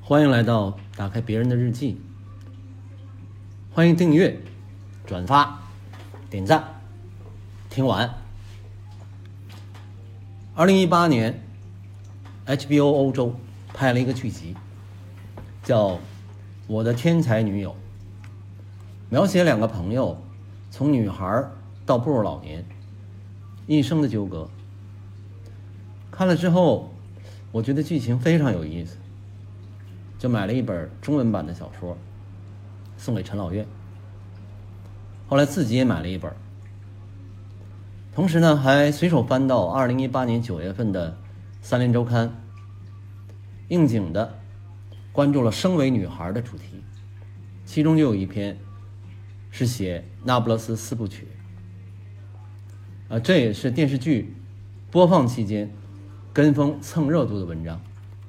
欢迎来到打开别人的日记，欢迎订阅、转发、点赞、听完。2018年 HBO 欧洲拍了一个剧集，叫《我的天才女友》，描写两个朋友从女孩到步入老年一生的纠葛。看了之后，我觉得剧情非常有意思，就买了一本中文版的小说送给陈老岳，后来自己也买了一本，同时呢还随手翻到2018年9月份的三联周刊，应景的关注了生为女孩的主题，其中就有一篇是写那不勒斯四部曲，这也是电视剧播放期间跟风蹭热度的文章。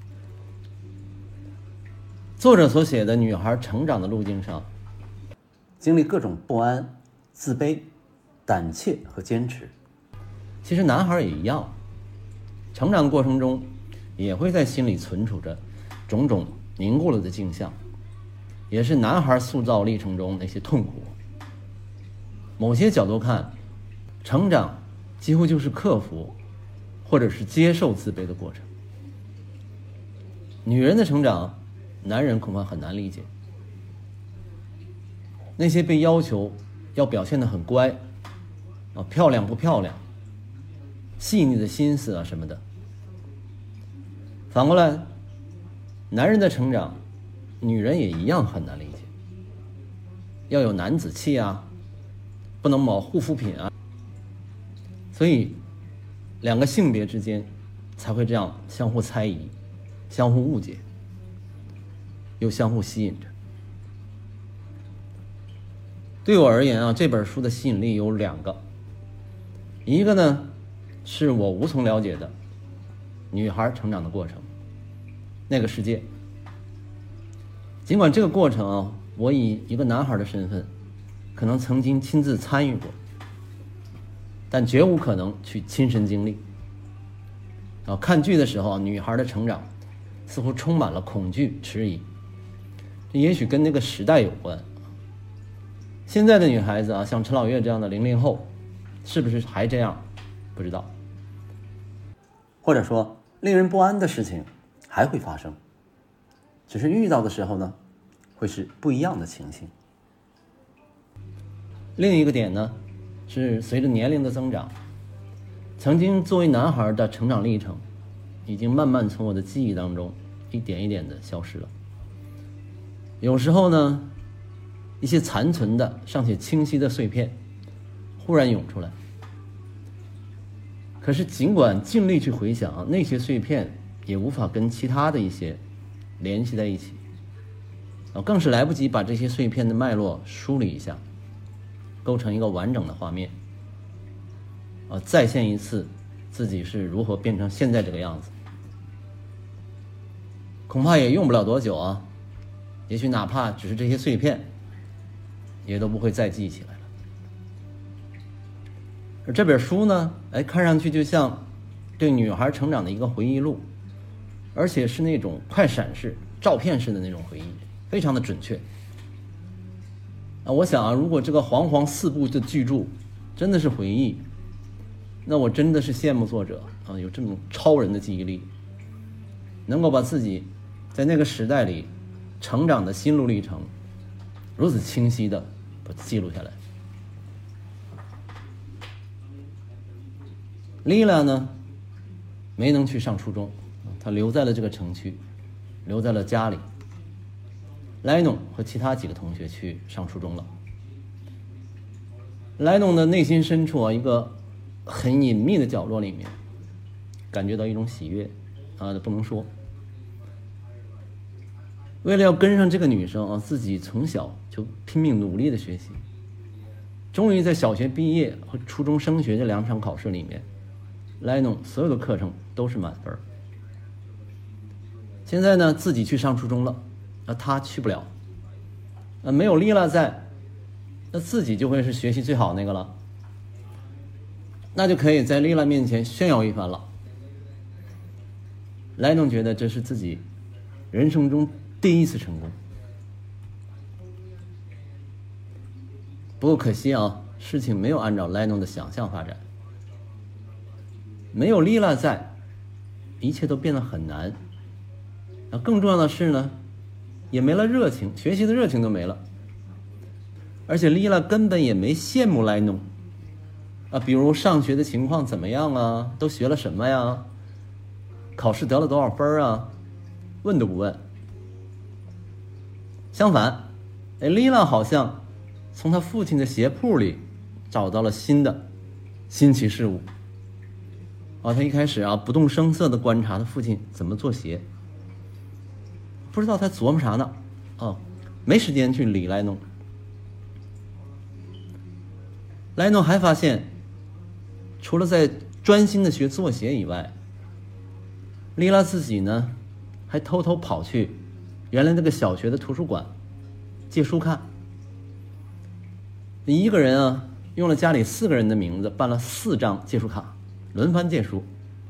作者所写的女孩成长的路径上，经历各种不安、自卑、胆怯和坚持。其实男孩也一样，成长过程中也会在心里存储着种种凝固了的镜像，也是男孩塑造历程中那些痛苦。某些角度看，成长几乎就是克服或者是接受自卑的过程。女人的成长，男人恐怕很难理解。那些被要求要表现得很乖漂亮不漂亮，细腻的心思什么的。反过来，男人的成长，女人也一样很难理解。要有男子气不能抹护肤品所以两个性别之间才会这样相互猜疑，相互误解，又相互吸引着。对我而言这本书的吸引力有两个，一个呢是我无从了解的女孩成长的过程，那个世界。尽管这个过程我以一个男孩的身份可能曾经亲自参与过，但绝无可能去亲身经历。看剧的时候，女孩的成长似乎充满了恐惧、迟疑，这也许跟那个时代有关。现在的女孩子像陈老岳这样的00后，是不是还这样？不知道。或者说，令人不安的事情还会发生，只是遇到的时候呢，会是不一样的情形。另一个点呢，是随着年龄的增长，曾经作为男孩的成长历程已经慢慢从我的记忆当中一点一点的消失了。有时候呢，一些残存的尚且清晰的碎片忽然涌出来，可是尽管尽力去回想，那些碎片也无法跟其他的一些联系在一起，更是来不及把这些碎片的脉络梳理一下，构成一个完整的画面，再现一次自己是如何变成现在这个样子。恐怕也用不了多久也许哪怕只是这些碎片也都不会再记起来了。而这本书呢，看上去就像对女孩成长的一个回忆录，而且是那种快闪式、照片式的那种回忆，非常的准确。我想如果这个煌煌4部的巨著真的是回忆，那我真的是羡慕作者有这种超人的记忆力，能够把自己在那个时代里成长的心路历程如此清晰的把它记录下来。莉拉呢，没能去上初中，她留在了这个城区，留在了家里。莱农和其他几个同学去上初中了。莱农的内心深处一个很隐秘的角落里面，感觉到一种喜悦不能说。为了要跟上这个女生自己从小就拼命努力的学习，终于在小学毕业和初中升学这2场考试里面，莱农所有的课程都是满分。现在呢，自己去上初中了，他去不了，没有莉拉在，那自己就会是学习最好那个了，那就可以在莉拉面前炫耀一番了。莱农觉得这是自己人生中第一次成功。不过可惜啊，事情没有按照莱农的想象发展。没有莉拉在，一切都变得很难。更重要的是呢，也没了热情，学习的热情都没了。而且莉拉根本也没羡慕莱农比如上学的情况怎么样啊，都学了什么呀，考试得了多少分啊，问都不问。相反，莉拉好像从他父亲的鞋铺里找到了新奇事物。他一开始不动声色地观察他父亲怎么做鞋，不知道他琢磨啥呢，没时间去理莱农。莱农还发现，除了在专心的学做鞋以外，莉拉自己呢，还偷偷跑去原来那个小学的图书馆借书看。一个人用了家里4个人的名字办了4张借书卡，轮番借书。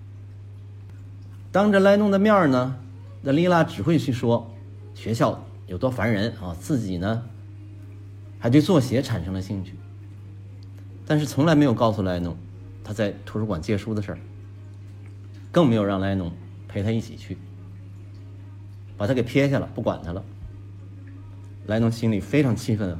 当着莱农的面呢，那莉拉只会去说学校有多烦人自己呢还对做鞋产生了兴趣，但是从来没有告诉莱农他在图书馆借书的事儿，更没有让莱农陪他一起去，把他给撇下了，不管他了。莱农心里非常气愤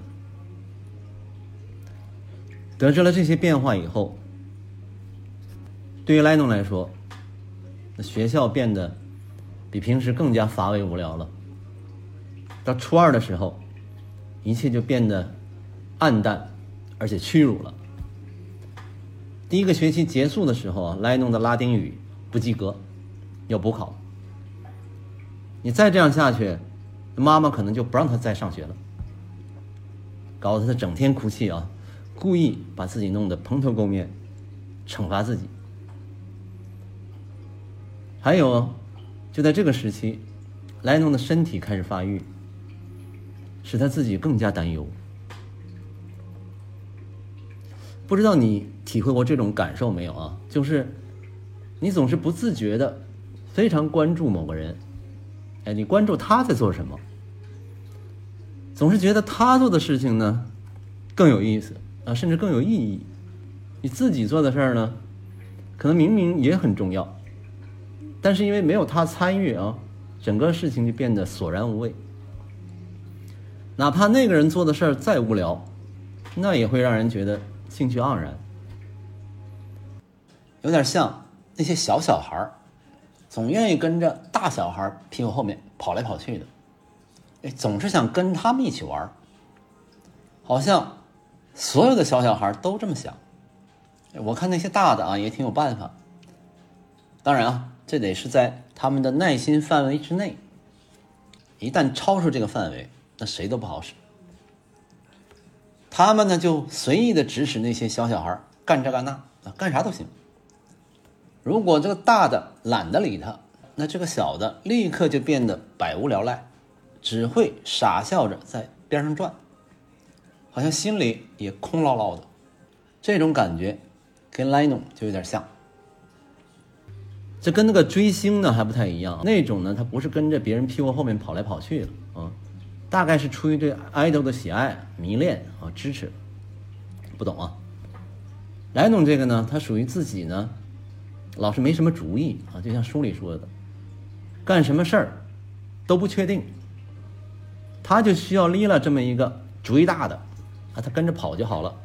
得知了这些变化以后，对于莱农来说，那学校变得比平时更加乏味无聊了。到初2的时候，一切就变得暗淡而且屈辱了。第1个学期结束的时候莱农的拉丁语不及格，要补考。你再这样下去，妈妈可能就不让他再上学了，搞得他整天哭泣故意把自己弄得蓬头垢面，惩罚自己。还有就在这个时期，莱农的身体开始发育，使他自己更加担忧。不知道你体会过这种感受没有就是你总是不自觉的非常关注某个人，你关注他在做什么，总是觉得他做的事情呢更有意思甚至更有意义。你自己做的事儿呢，可能明明也很重要，但是因为没有他参与整个事情就变得索然无味。哪怕那个人做的事儿再无聊，那也会让人觉得兴趣盎然。有点像那些小孩总愿意跟着大小孩屁股后面跑来跑去的，总是想跟他们一起玩，好像所有的小孩都这么想。我看那些大的也挺有办法，当然这得是在他们的耐心范围之内，一旦超出这个范围，那谁都不好使。他们呢就随意的指使那些小孩干这干那，干啥都行。如果这个大的懒得理他，那这个小的立刻就变得百无聊赖，只会傻笑着在边上转，好像心里也空落落的。这种感觉跟莱农就有点像。这跟那个追星呢还不太一样，那种呢他不是跟着别人屁股后面跑来跑去的大概是出于对 idol 的喜爱、迷恋支持。不懂莱农这个呢，他属于自己呢老是没什么主意就像书里说的，干什么事儿都不确定，他就需要莉拉这么一个主意大的他跟着跑就好了。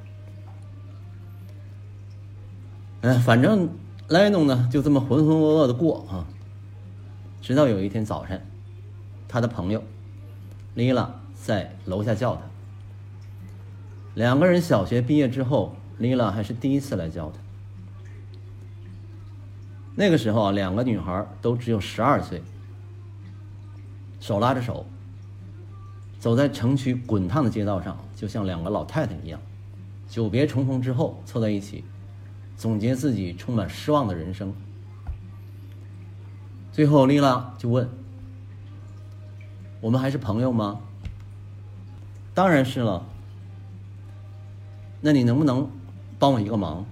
反正莱农呢就这么浑浑噩噩的过直到有一天早晨，他的朋友莉拉在楼下叫他。2个人小学毕业之后，莉拉还是第一次来叫他。那个时候2个女孩都只有12岁，手拉着手走在城区滚烫的街道上，就像2个老太太一样，久别重逢之后凑在一起，总结自己充满失望的人生。最后莉拉就问，我们还是朋友吗？当然是了。那你能不能帮我一个忙？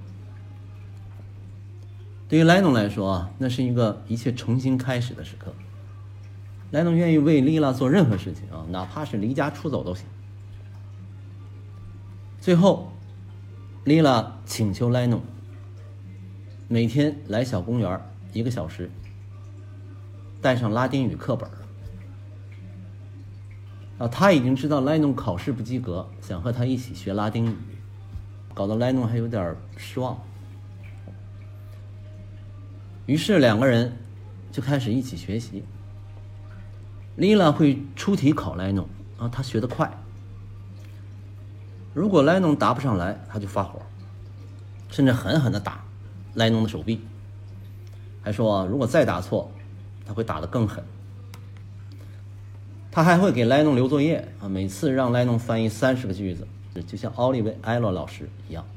对于莱农来说那是一个一切重新开始的时刻。 莱农愿意为莉拉做任何事情啊，哪怕是离家出走都行。最后，莉拉请求莱农每天来小公园1个小时，带上拉丁语课本。他已经知道莱农考试不及格，想和他一起学拉丁语，搞得莱农还有点失望。于是2个人就开始一起学习。莉拉会出题考莱农他学得快。如果莱农答不上来，他就发火，甚至狠狠地打莱农的手臂，还说如果再答错，他会打得更狠。他还会给莱农留作业每次让莱农翻译30个句子，就像奥利维埃洛老师一样。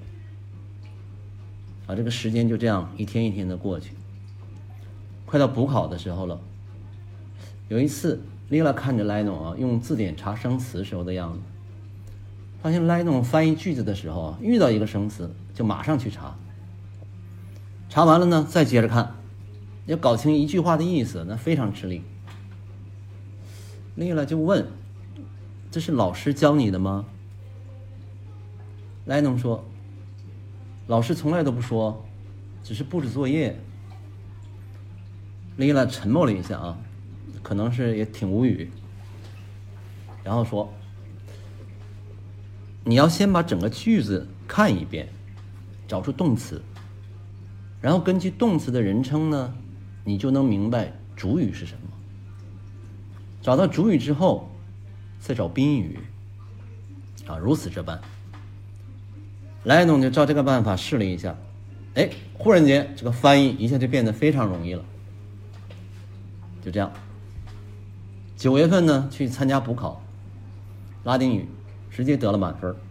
这个时间就这样一天一天的过去。快到补考的时候了，有一次莉拉看着莱农用字典查生词时候的样子，发现莱农翻译句子的时候遇到一个生词就马上去查，查完了呢再接着看，要搞清一句话的意思那非常吃力。莉拉就问，这是老师教你的吗？莱农说，老师从来都不说，只是布置作业。莉拉沉默了一下可能是也挺无语，然后说，你要先把整个句子看一遍，找出动词，然后根据动词的人称呢，你就能明白主语是什么。找到主语之后，再找宾语如此这般。莱农就照这个办法试了一下，忽然间这个翻译一下就变得非常容易了。就这样，9月份呢去参加补考，拉丁语直接得了满分。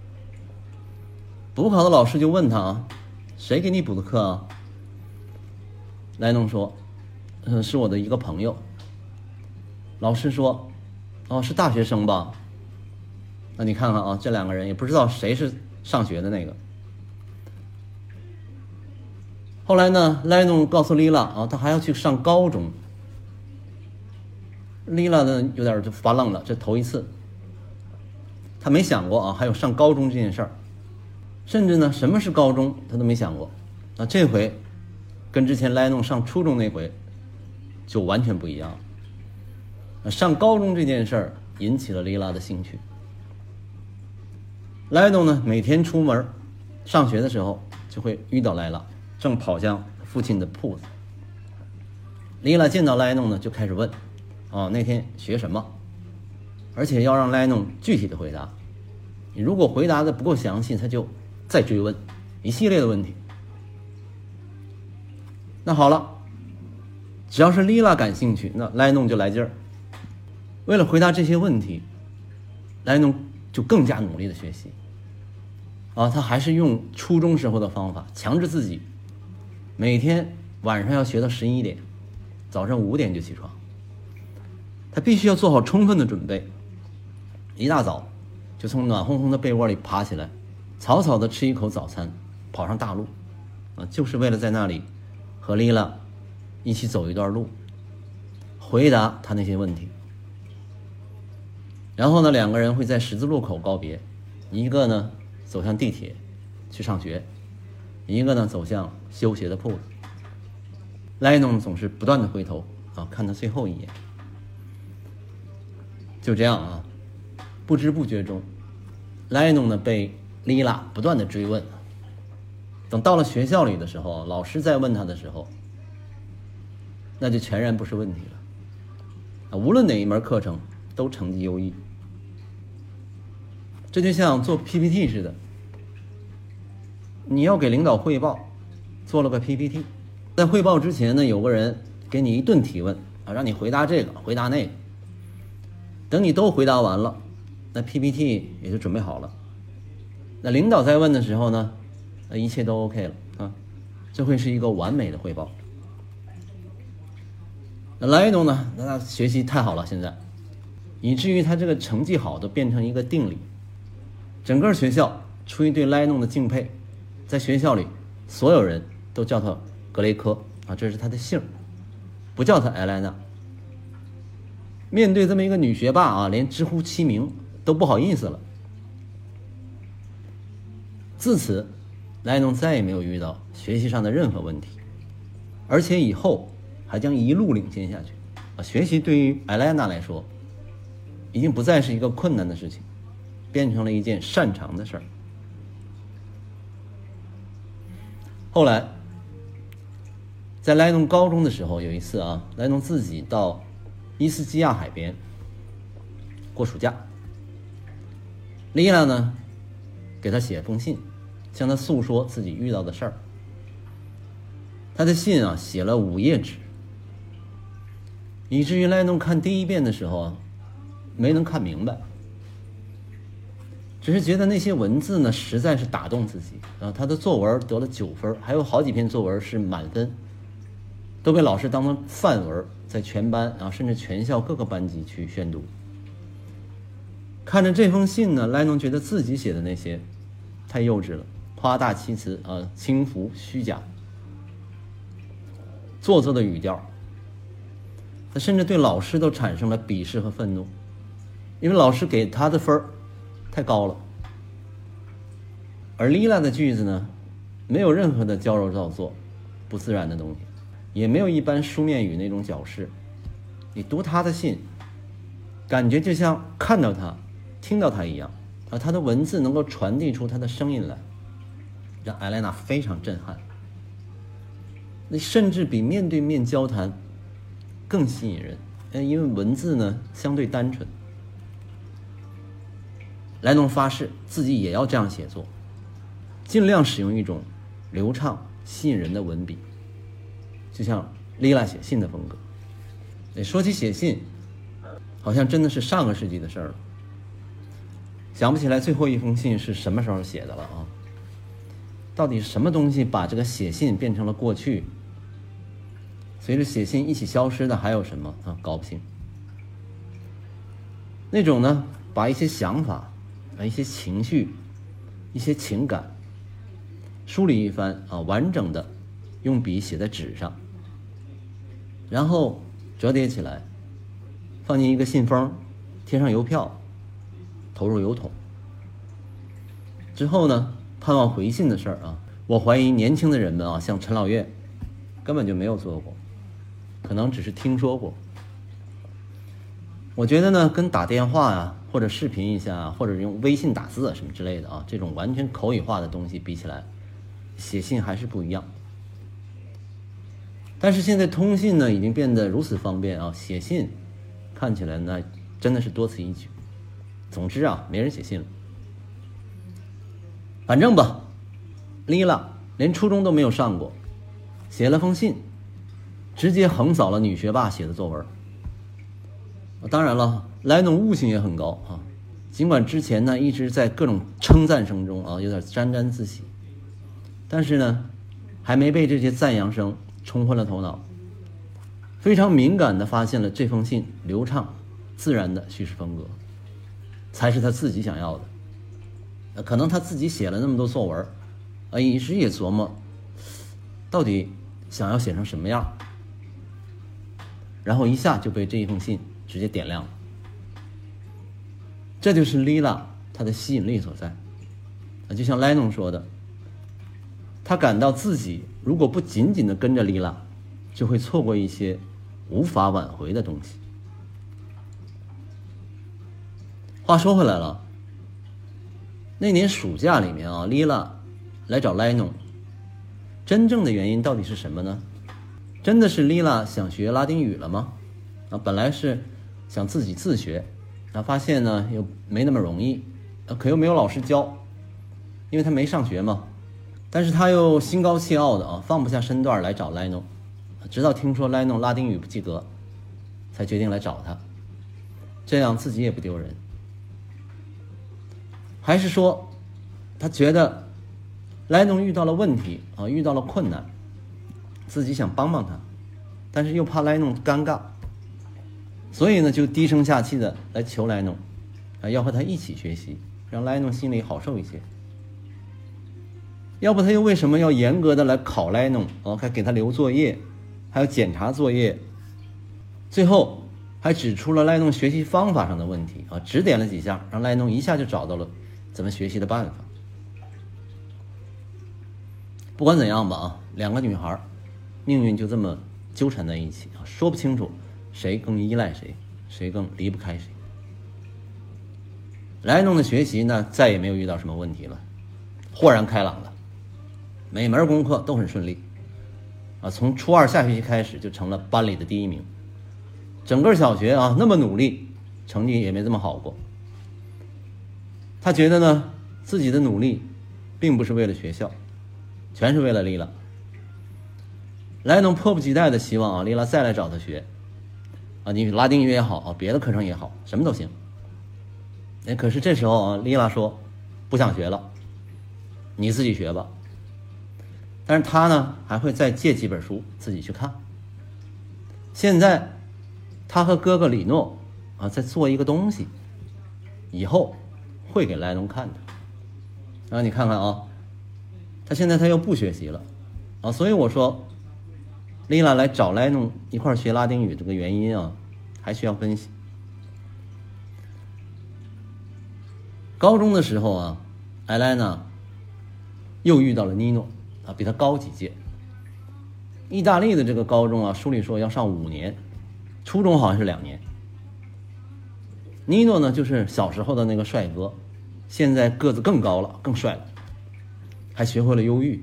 补考的老师就问他谁给你补的课莱农说，是我的一个朋友。老师说，是大学生吧？那你看看这2个人也不知道谁是上学的那个。后来呢，莱农告诉莉拉他还要去上高中。莉拉呢有点就发愣了，这头一次，他没想过还有上高中这件事儿，甚至呢什么是高中他都没想过。这回跟之前莱农上初中那回就完全不一样了。上高中这件事儿引起了莉拉的兴趣。莱农呢每天出门上学的时候就会遇到莱拉，正跑向父亲的铺子。莉拉见到莱农呢就开始问那天学什么，而且要让莱农具体的回答。你如果回答的不够详细，他就再追问一系列的问题。那好了，只要是莉拉感兴趣，那莱农就来劲儿。为了回答这些问题，莱农就更加努力的学习他还是用初中时候的方法，强制自己每天晚上要学到11点，早上5点就起床。他必须要做好充分的准备，一大早就从暖烘烘的被窝里爬起来，草草的吃一口早餐，跑上大路就是为了在那里和莉拉一起走一段路，回答他那些问题。然后呢，2个人会在十字路口告别，一个呢走向地铁去上学，一个呢走向修鞋的铺子。莱农总是不断的回头看他最后一眼。就这样不知不觉中，莱农呢被莉拉不断的追问。等到了学校里的时候，老师再问他的时候，那就全然不是问题了无论哪一门课程都成绩优异。这就像做 PPT 似的，你要给领导汇报，做了个 PPT， 在汇报之前呢，有个人给你一顿提问让你回答这个回答那个，等你都回答完了，那 PPT 也就准备好了。那领导在问的时候呢，一切都 OK 了这会是一个完美的汇报。那莱农呢，那学习太好了，现在以至于他这个成绩好都变成一个定理。整个学校出于对莱农的敬佩，在学校里所有人都叫他格雷科这是他的姓，不叫他艾莱娜。 面对这么一个女学霸啊，连直呼其名都不好意思了。自此，莱农再也没有遇到学习上的任何问题，而且以后还将一路领先下去。学习对于艾莱娜来说，已经不再是一个困难的事情，变成了一件擅长的事儿。后来，在莱农高中的时候，有一次啊，莱农自己到伊斯基亚海边过暑假，丽娜呢给他写封信，向他诉说自己遇到的事儿。他的信啊写了5页纸，以至于莱农看第一遍的时候啊，没能看明白，只是觉得那些文字呢实在是打动自己啊。他的作文得了9分，还有好几篇作文是满分，都被老师当成范文在全班啊甚至全校各个班级去宣读。看着这封信呢，莱农觉得自己写的那些太幼稚了，夸大其词啊，轻浮虚假，做作的语调。他甚至对老师都产生了鄙视和愤怒，因为老师给他的分太高了。而丽拉的句子呢，没有任何的矫揉造作、不自然的东西，也没有一般书面语那种矫饰。你读他的信，感觉就像看到他、听到他一样，而他的文字能够传递出他的声音来，让艾莱娜非常震撼。那甚至比面对面交谈更吸引人，因为文字呢相对单纯。莱农发誓自己也要这样写作，尽量使用一种流畅吸引人的文笔，就像丽拉写信的风格。说起写信，好像真的是上个世纪的事儿了，想不起来最后一封信是什么时候写的了啊。到底是什么东西把这个写信变成了过去？随着写信一起消失的还有什么啊？搞不清。那种呢，把一些想法、一些情绪、一些情感梳理一番啊，完整的用笔写在纸上，然后折叠起来，放进一个信封，贴上邮票，投入邮筒。之后呢，盼望回信的事儿啊，我怀疑年轻的人们啊，像陈老岳，根本就没有做过，可能只是听说过。我觉得呢，跟打电话啊，或者视频一下，或者用微信打字什么之类的啊，这种完全口语化的东西比起来，写信还是不一样。但是现在通信呢，已经变得如此方便啊，写信看起来呢，真的是多此一举。总之啊，没人写信了。反正吧，丽拉连初中都没有上过，写了封信，直接横扫了女学霸写的作文。当然了，莱农悟性也很高啊，尽管之前呢一直在各种称赞声中啊有点沾沾自喜，但是呢还没被这些赞扬声冲昏了头脑，非常敏感地发现了这封信流畅自然的叙事风格才是他自己想要的。可能他自己写了那么多作文，一直也琢磨到底想要写成什么样，然后一下就被这一封信直接点亮了。这就是丽拉她的吸引力所在。就像莱农说的，他感到自己如果不紧紧地跟着丽拉，就会错过一些无法挽回的东西。话说回来了，那年暑假里面啊，丽拉来找莱农，真正的原因到底是什么呢？真的是丽拉想学拉丁语了吗？本来是想自己自学，发现呢又没那么容易，可又没有老师教，因为他没上学嘛。但是他又心高气傲的放不下身段来找莱农，直到听说莱农拉丁语不及格，才决定来找他，这样自己也不丢人。还是说他觉得莱农遇到了问题遇到了困难，自己想帮帮他，但是又怕莱农尴尬，所以呢就低声下气的来求莱农要和他一起学习，让莱农心里好受一些。要不他又为什么要严格的来考莱农还给他留作业，还要检查作业，最后还指出了莱农学习方法上的问题啊，指点了几下，让莱农一下就找到了怎么学习的办法。不管怎样吧啊，两个女孩命运就这么纠缠在一起啊，说不清楚谁更依赖谁，谁更离不开谁。莱农的学习呢，再也没有遇到什么问题了，豁然开朗了，每门功课都很顺利啊，从初二下学期开始就成了班里的第1名。整个小学啊那么努力，成绩也没这么好过。他觉得呢，自己的努力并不是为了学校，全是为了丽拉。莱农迫不及待的希望啊，丽拉再来找他学啊，你拉丁语也好啊，别的课程也好，什么都行。可是这时候啊，丽拉说不想学了，你自己学吧。但是他呢，还会再借几本书自己去看。现在他和哥哥李诺啊，在做一个东西，以后会给莱农看的。然后你看看啊，他现在他又不学习了啊，所以我说丽拉来找莱农一块学拉丁语这个原因啊，还需要分析。高中的时候啊，艾莱娜又遇到了尼诺啊，比他高几届。意大利的这个高中啊，书里说要上5年，初中好像是2年。尼诺呢，就是小时候的那个帅哥，现在个子更高了，更帅了，还学会了忧郁。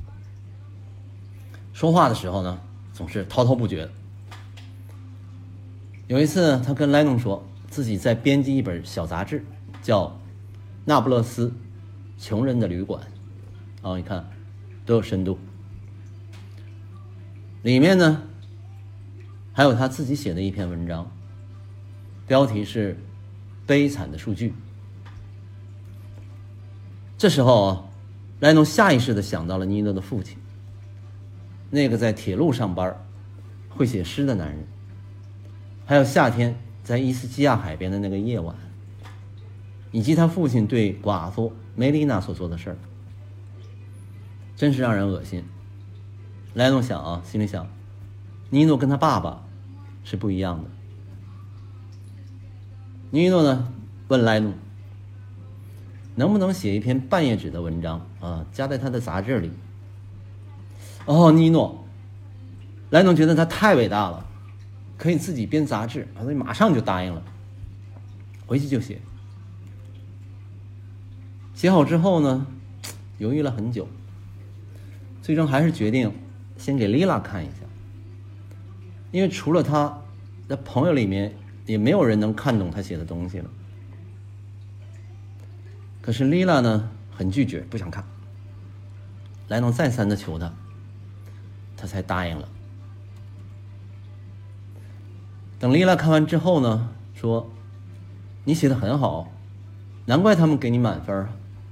说话的时候呢，总是滔滔不绝的。有一次，他跟莱农说自己在编辑一本小杂志，叫《那不勒斯穷人的旅馆》啊，你看多有深度。里面呢还有他自己写的一篇文章，标题是《悲惨的数据》。这时候啊，莱农下意识地想到了尼诺的父亲，那个在铁路上班会写诗的男人，还有夏天在伊斯基亚海边的那个夜晚，以及他父亲对寡妇梅丽娜所做的事儿，真是让人恶心。莱农想啊，心里想，尼诺跟他爸爸是不一样的。尼诺呢问莱农能不能写一篇半页纸的文章啊，加在他的杂志里。哦，尼诺，莱农觉得他太伟大了，可以自己编杂志，所以马上就答应了，回去就写。写好之后呢，犹豫了很久，最终还是决定先给丽拉看一下，因为除了他的朋友里面也没有人能看懂他写的东西了。可是丽拉呢很拒绝，不想看。莱农再三的求他，他才答应了。等丽拉看完之后呢，说你写的很好，难怪他们给你满分啊。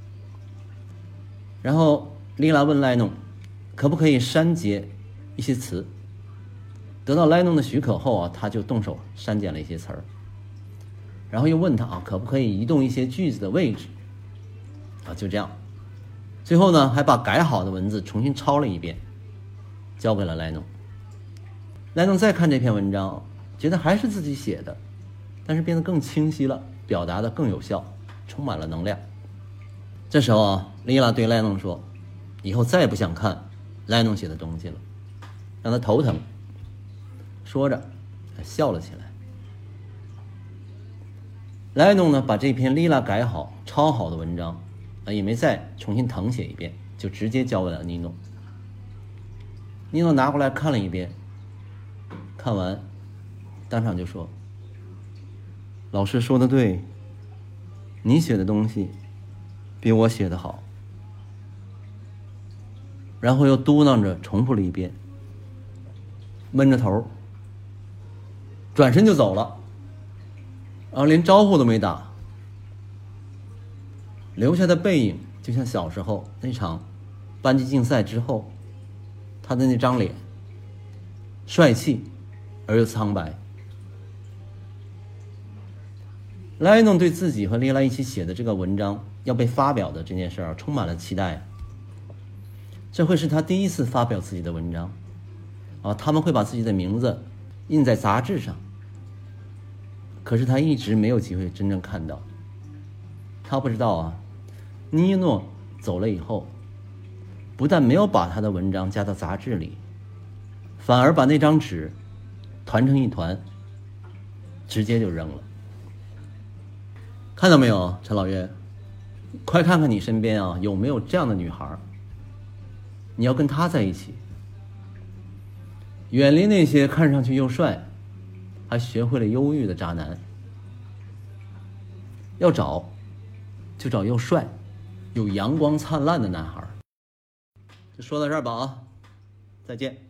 然后丽拉问莱农可不可以删节一些词，得到莱农的许可后啊，他就动手删减了一些词儿，然后又问他啊可不可以移动一些句子的位置啊，就这样，最后呢还把改好的文字重新抄了一遍，交给了莱农。莱农再看这篇文章，觉得还是自己写的，但是变得更清晰了，表达的更有效，充满了能量。这时候啊，丽拉对莱农说以后再也不想看莱农写的东西了，让他头疼。说着他笑了起来。莱农呢把这篇丽拉改好抄好的文章也没再重新誊写一遍，就直接交给了尼诺。尼诺拿过来看了一遍，看完当场就说老师说的对，你写的东西比我写的好。然后又嘟囔着重复了一遍，闷着头转身就走了，然后连招呼都没打，留下的背影就像小时候那场班级竞赛之后他的那张脸，帅气而又苍白。莱农对自己和丽拉一起写的这个文章要被发表的这件事充满了期待。这会是他第一次发表自己的文章他们会把自己的名字印在杂志上， 可是他一直没有机会真正看到。他不知道啊，尼诺走了以后，不但没有把他的文章加到杂志里，反而把那张纸团成一团，直接就扔了。看到没有，陈老岳？快看看你身边啊，有没有这样的女孩？你要跟她在一起，远离那些看上去又帅，还学会了忧郁的渣男。要找，就找又帅又阳光灿烂的男孩。就说到这儿吧啊，再见。